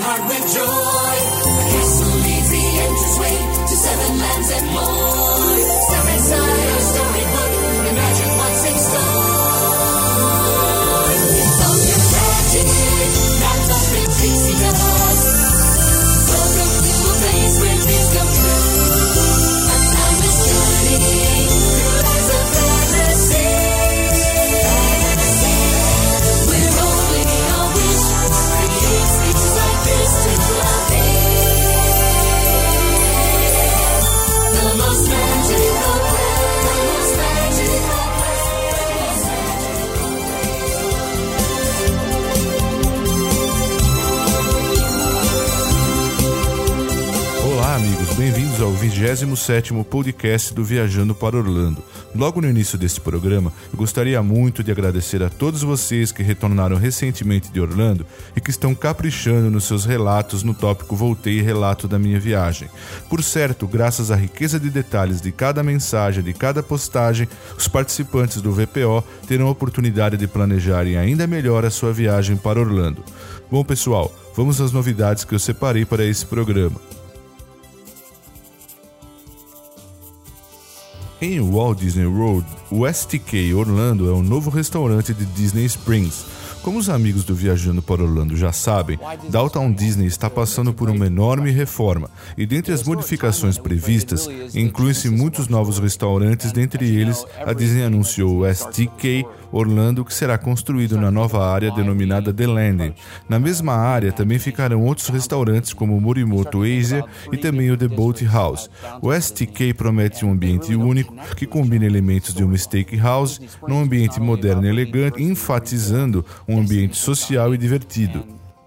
heart with joy. A castle leads the entranceway to seven lands and more. Step inside our storybook, imagine what's in store. It's all your magic, not nothing takes us. Welcome to a place where dreams come true. A timeless journey through lives of fantasy. We're only a wish, create spaces like this to love it. The most magical place, the most magical place, the most magical Olá, amigos, bem-vindos ao 27º podcast do Viajando para Orlando. Logo no início deste programa, eu gostaria muito de agradecer a todos vocês que retornaram recentemente de Orlando e que estão caprichando nos seus relatos no tópico Voltei e Relato da Minha Viagem. Por certo, graças à riqueza de detalhes de cada mensagem, de cada postagem, os participantes do VPO terão a oportunidade de planejarem ainda melhor a sua viagem para Orlando. Bom, pessoal, vamos às novidades que eu separei para esse programa. Em Walt Disney World, o STK Orlando é um novo restaurante de Disney Springs. Como os amigos do Viajando para Orlando já sabem, Downtown Disney está passando por uma enorme reforma e dentre as modificações previstas, incluem-se muitos novos restaurantes, dentre eles a Disney anunciou o STK Orlando, que será construído na nova área denominada The Landing. Na mesma área também ficarão outros restaurantes como o Morimoto Asia e também o The Boat House. O STK promete um ambiente único que combina elementos de uma steakhouse num ambiente moderno e elegante, enfatizando um ambiente social e divertido.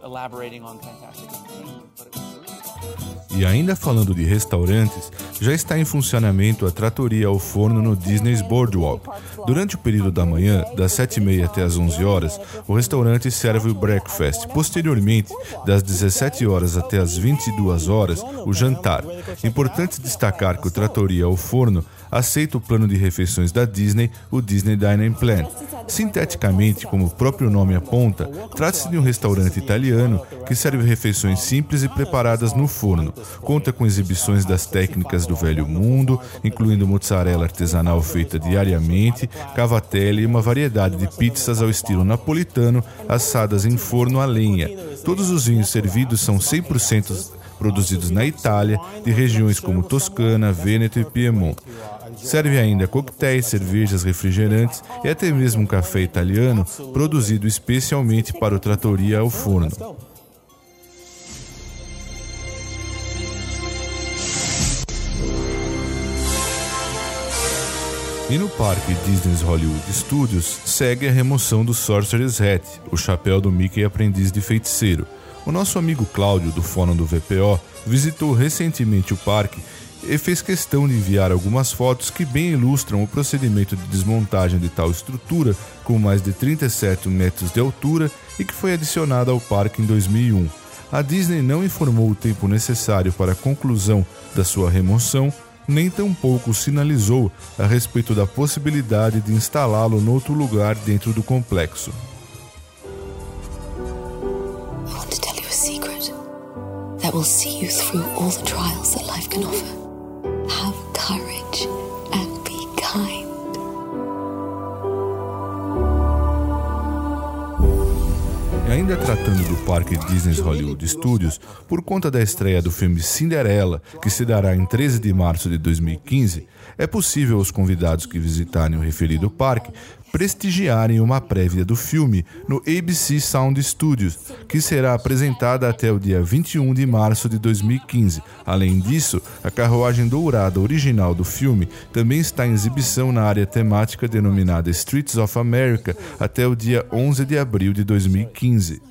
E ainda falando de restaurantes, já está em funcionamento a Trattoria ao Forno no Disney's Boardwalk. Durante o período da manhã, das 7h30 até as 11 horas, o restaurante serve o breakfast. Posteriormente, das 17 horas até as 22 horas, o jantar. Importante destacar que o Trattoria ao Forno aceita o plano de refeições da Disney, o Disney Dining Plan. Sinteticamente, como o próprio nome aponta, trata-se de um restaurante italiano que serve refeições simples e preparadas no forno. Conta com exibições das técnicas do velho mundo, incluindo mozzarella artesanal feita diariamente, cavatelli e uma variedade de pizzas ao estilo napolitano, assadas em forno a lenha. Todos os vinhos servidos são 100% produzidos na Itália, de regiões como Toscana, Vêneto e Piemonte. Serve ainda coquetéis, cervejas, refrigerantes e até mesmo um café italiano produzido especialmente para o Trattoria ao Forno. E no parque Disney's Hollywood Studios segue a remoção do Sorcerer's Hat, o chapéu do Mickey aprendiz de feiticeiro. O nosso amigo Cláudio, do Fórum do VPO, visitou recentemente o parque e fez questão de enviar algumas fotos que bem ilustram o procedimento de desmontagem de tal estrutura, com mais de 37 metros de altura e que foi adicionada ao parque em 2001. A Disney não informou o tempo necessário para a conclusão da sua remoção, nem tampouco sinalizou a respeito da possibilidade de instalá-lo em outro lugar dentro do complexo. I want to tell you a secret that will see you through all the trials that life can offer. Have courage and be kind. E ainda tratando do parque Disney's Hollywood Studios, por conta da estreia do filme Cinderela, que se dará em 13 de março de 2015, é possível aos convidados que visitarem o referido parque prestigiarem uma prévia do filme no ABC Sound Studios, que será apresentada até o dia 21 de março de 2015. Além disso, a carruagem dourada original do filme também está em exibição na área temática denominada Streets of America até o dia 11 de abril de 2015.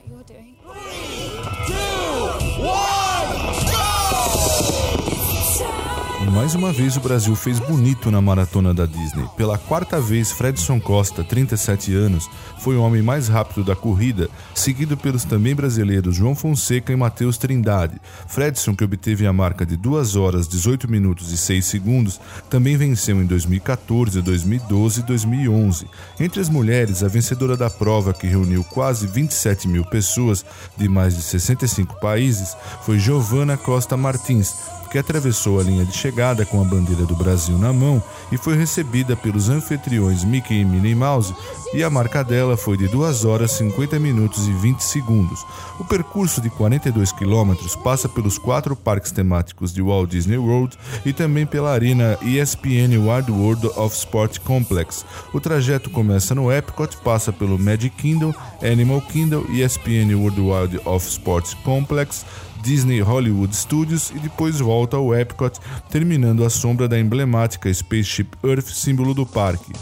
Mais uma vez o Brasil fez bonito na maratona da Disney. Pela quarta vez, Fredson Costa, 37 anos, foi o homem mais rápido da corrida, seguido pelos também brasileiros João Fonseca e Matheus Trindade. Fredson, que obteve a marca de 2 horas, 18 minutos e 6 segundos, também venceu em 2014, 2012 e 2011. Entre as mulheres, a vencedora da prova, que reuniu quase 27 mil pessoas de mais de 65 países, foi Giovana Costa Martins, que atravessou a linha de chegada com a bandeira do Brasil na mão e foi recebida pelos anfitriões Mickey e Minnie Mouse, e a marca dela foi de 2 horas, 50 minutos e 20 segundos. O percurso de 42 quilômetros passa pelos 4 parques temáticos de Walt Disney World e também pela arena ESPN Wide World of Sport Complex. O trajeto começa no Epcot, passa pelo Magic Kingdom, Animal Kingdom, ESPN World Wide of Sports Complex, Disney Hollywood Studios e depois volta ao Epcot, terminando à sombra da emblemática Spaceship Earth, símbolo do parque.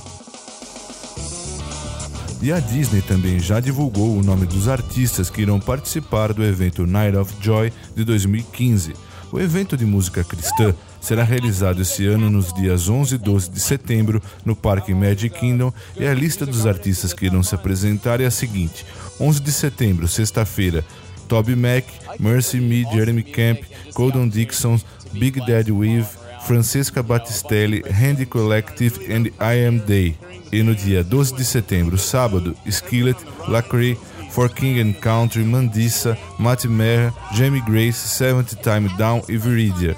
E a Disney também já divulgou o nome dos artistas que irão participar do evento Night of Joy de 2015. O evento de música cristã será realizado esse ano nos dias 11 e 12 de setembro no Parque Magic Kingdom, e a lista dos artistas que irão se apresentar é a seguinte: 11 de setembro, sexta-feira, Toby Mac, Mercy Me, Jeremy Camp, Colton Dixon, Big Daddy Weave, Francesca Battistelli, Handy Collective and I Am Day. E no dia 12 de setembro, sábado, Skillet, Lecrae, For King and Country, Mandissa, Matt Maher, Jamie Grace, 70 Time Down e Viridia.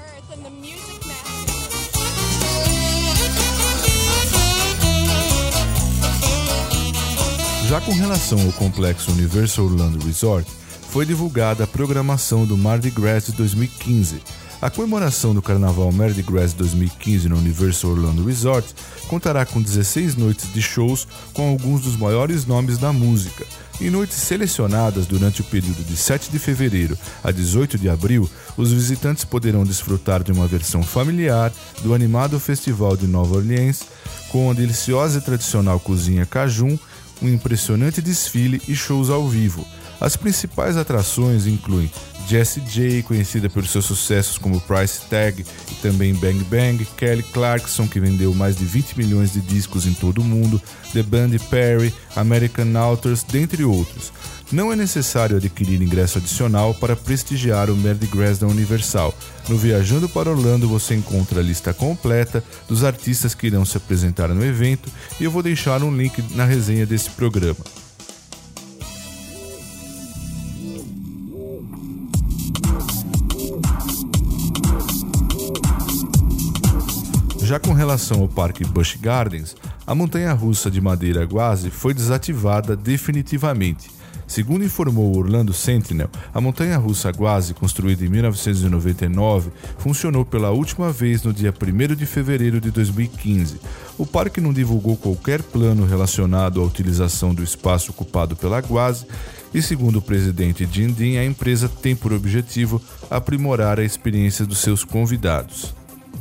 Já com relação ao complexo Universal Orlando Resort, foi divulgada a programação do Mardi Gras de 2015. A comemoração do Carnaval Mardi Gras 2015 no Universal Orlando Resort contará com 16 noites de shows com alguns dos maiores nomes da música. Em noites selecionadas durante o período de 7 de fevereiro a 18 de abril, os visitantes poderão desfrutar de uma versão familiar do animado Festival de Nova Orleans, com a deliciosa e tradicional cozinha cajun, um impressionante desfile e shows ao vivo. As principais atrações incluem Jessie J, conhecida pelos seus sucessos como Price Tag e também Bang Bang, Kelly Clarkson, que vendeu mais de 20 milhões de discos em todo o mundo, The Band Perry, American Authors, dentre outros. Não é necessário adquirir ingresso adicional para prestigiar o Mardi Gras da Universal. No Viajando para Orlando você encontra a lista completa dos artistas que irão se apresentar no evento, e eu vou deixar um link na resenha desse programa. Já com relação ao Parque Busch Gardens, a montanha-russa de madeira Gwazi foi desativada definitivamente. Segundo informou o Orlando Sentinel, a montanha-russa Gwazi, construída em 1999, funcionou pela última vez no dia 1º de fevereiro de 2015. O parque não divulgou qualquer plano relacionado à utilização do espaço ocupado pela Gwazi e, segundo o presidente Jim Dean, a empresa tem por objetivo aprimorar a experiência dos seus convidados.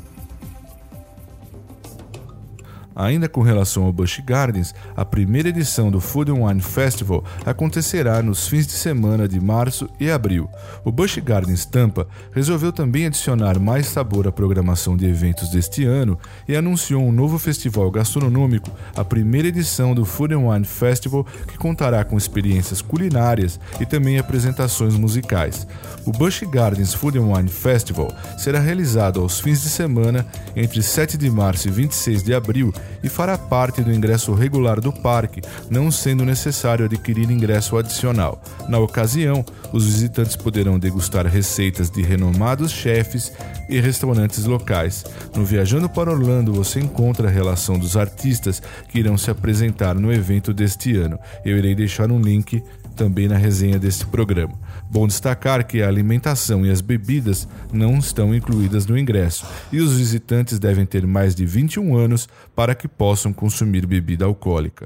Ainda com relação ao Busch Gardens, a primeira edição do Food and Wine Festival acontecerá nos fins de semana de março e abril. O Busch Gardens Tampa resolveu também adicionar mais sabor à programação de eventos deste ano e anunciou um novo festival gastronômico, a primeira edição do Food and Wine Festival, que contará com experiências culinárias e também apresentações musicais. O Busch Gardens Food and Wine Festival será realizado aos fins de semana entre 7 de março e 26 de abril e fará parte do ingresso regular do parque, não sendo necessário adquirir ingresso adicional. Na ocasião, os visitantes poderão degustar receitas de renomados chefes e restaurantes locais. No Viajando para Orlando você encontra a relação dos artistas que irão se apresentar no evento deste ano. Eu irei deixar um link também na resenha deste programa. Bom destacar que a alimentação e as bebidas não estão incluídas no ingresso, e os visitantes devem ter mais de 21 anos para que possam consumir bebida alcoólica.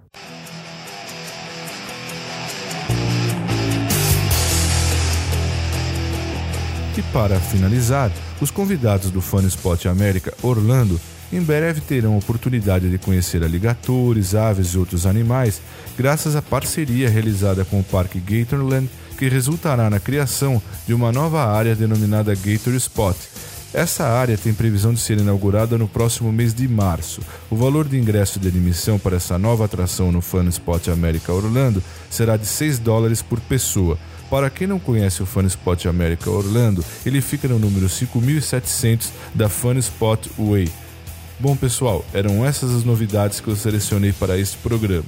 E para finalizar, os convidados do Fun Spot América Orlando em breve terão a oportunidade de conhecer aligatores, aves e outros animais, graças à parceria realizada com o Parque Gatorland, que resultará na criação de uma nova área denominada Gator Spot. Essa área tem previsão de ser inaugurada no próximo mês de março. O valor de ingresso de admissão para essa nova atração no Fun Spot America Orlando será de $6 por pessoa. Para quem não conhece o Fun Spot America Orlando, ele fica no número 5.700 da Fun Spot Way. Bom, pessoal, eram essas as novidades que eu selecionei para este programa.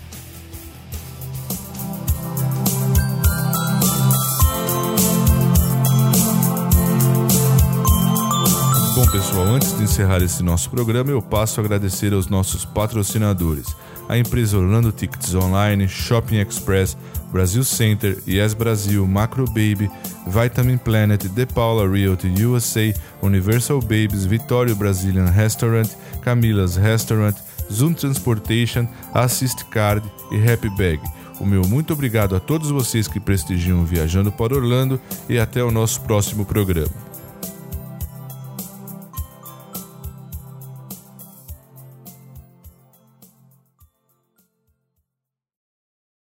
Bom, pessoal, antes de encerrar esse nosso programa, eu passo a agradecer aos nossos patrocinadores: a empresa Orlando Tickets Online, Shopping Express, Brasil Center, Yes Brasil, Macro Baby, Vitamin Planet, The Paula Realty USA, Universal Babies, Vitório Brazilian Restaurant, Camila's Restaurant, Zoom Transportation, Assist Card e Happy Bag. O meu muito obrigado a todos vocês que prestigiam Viajando para Orlando e até o nosso próximo programa.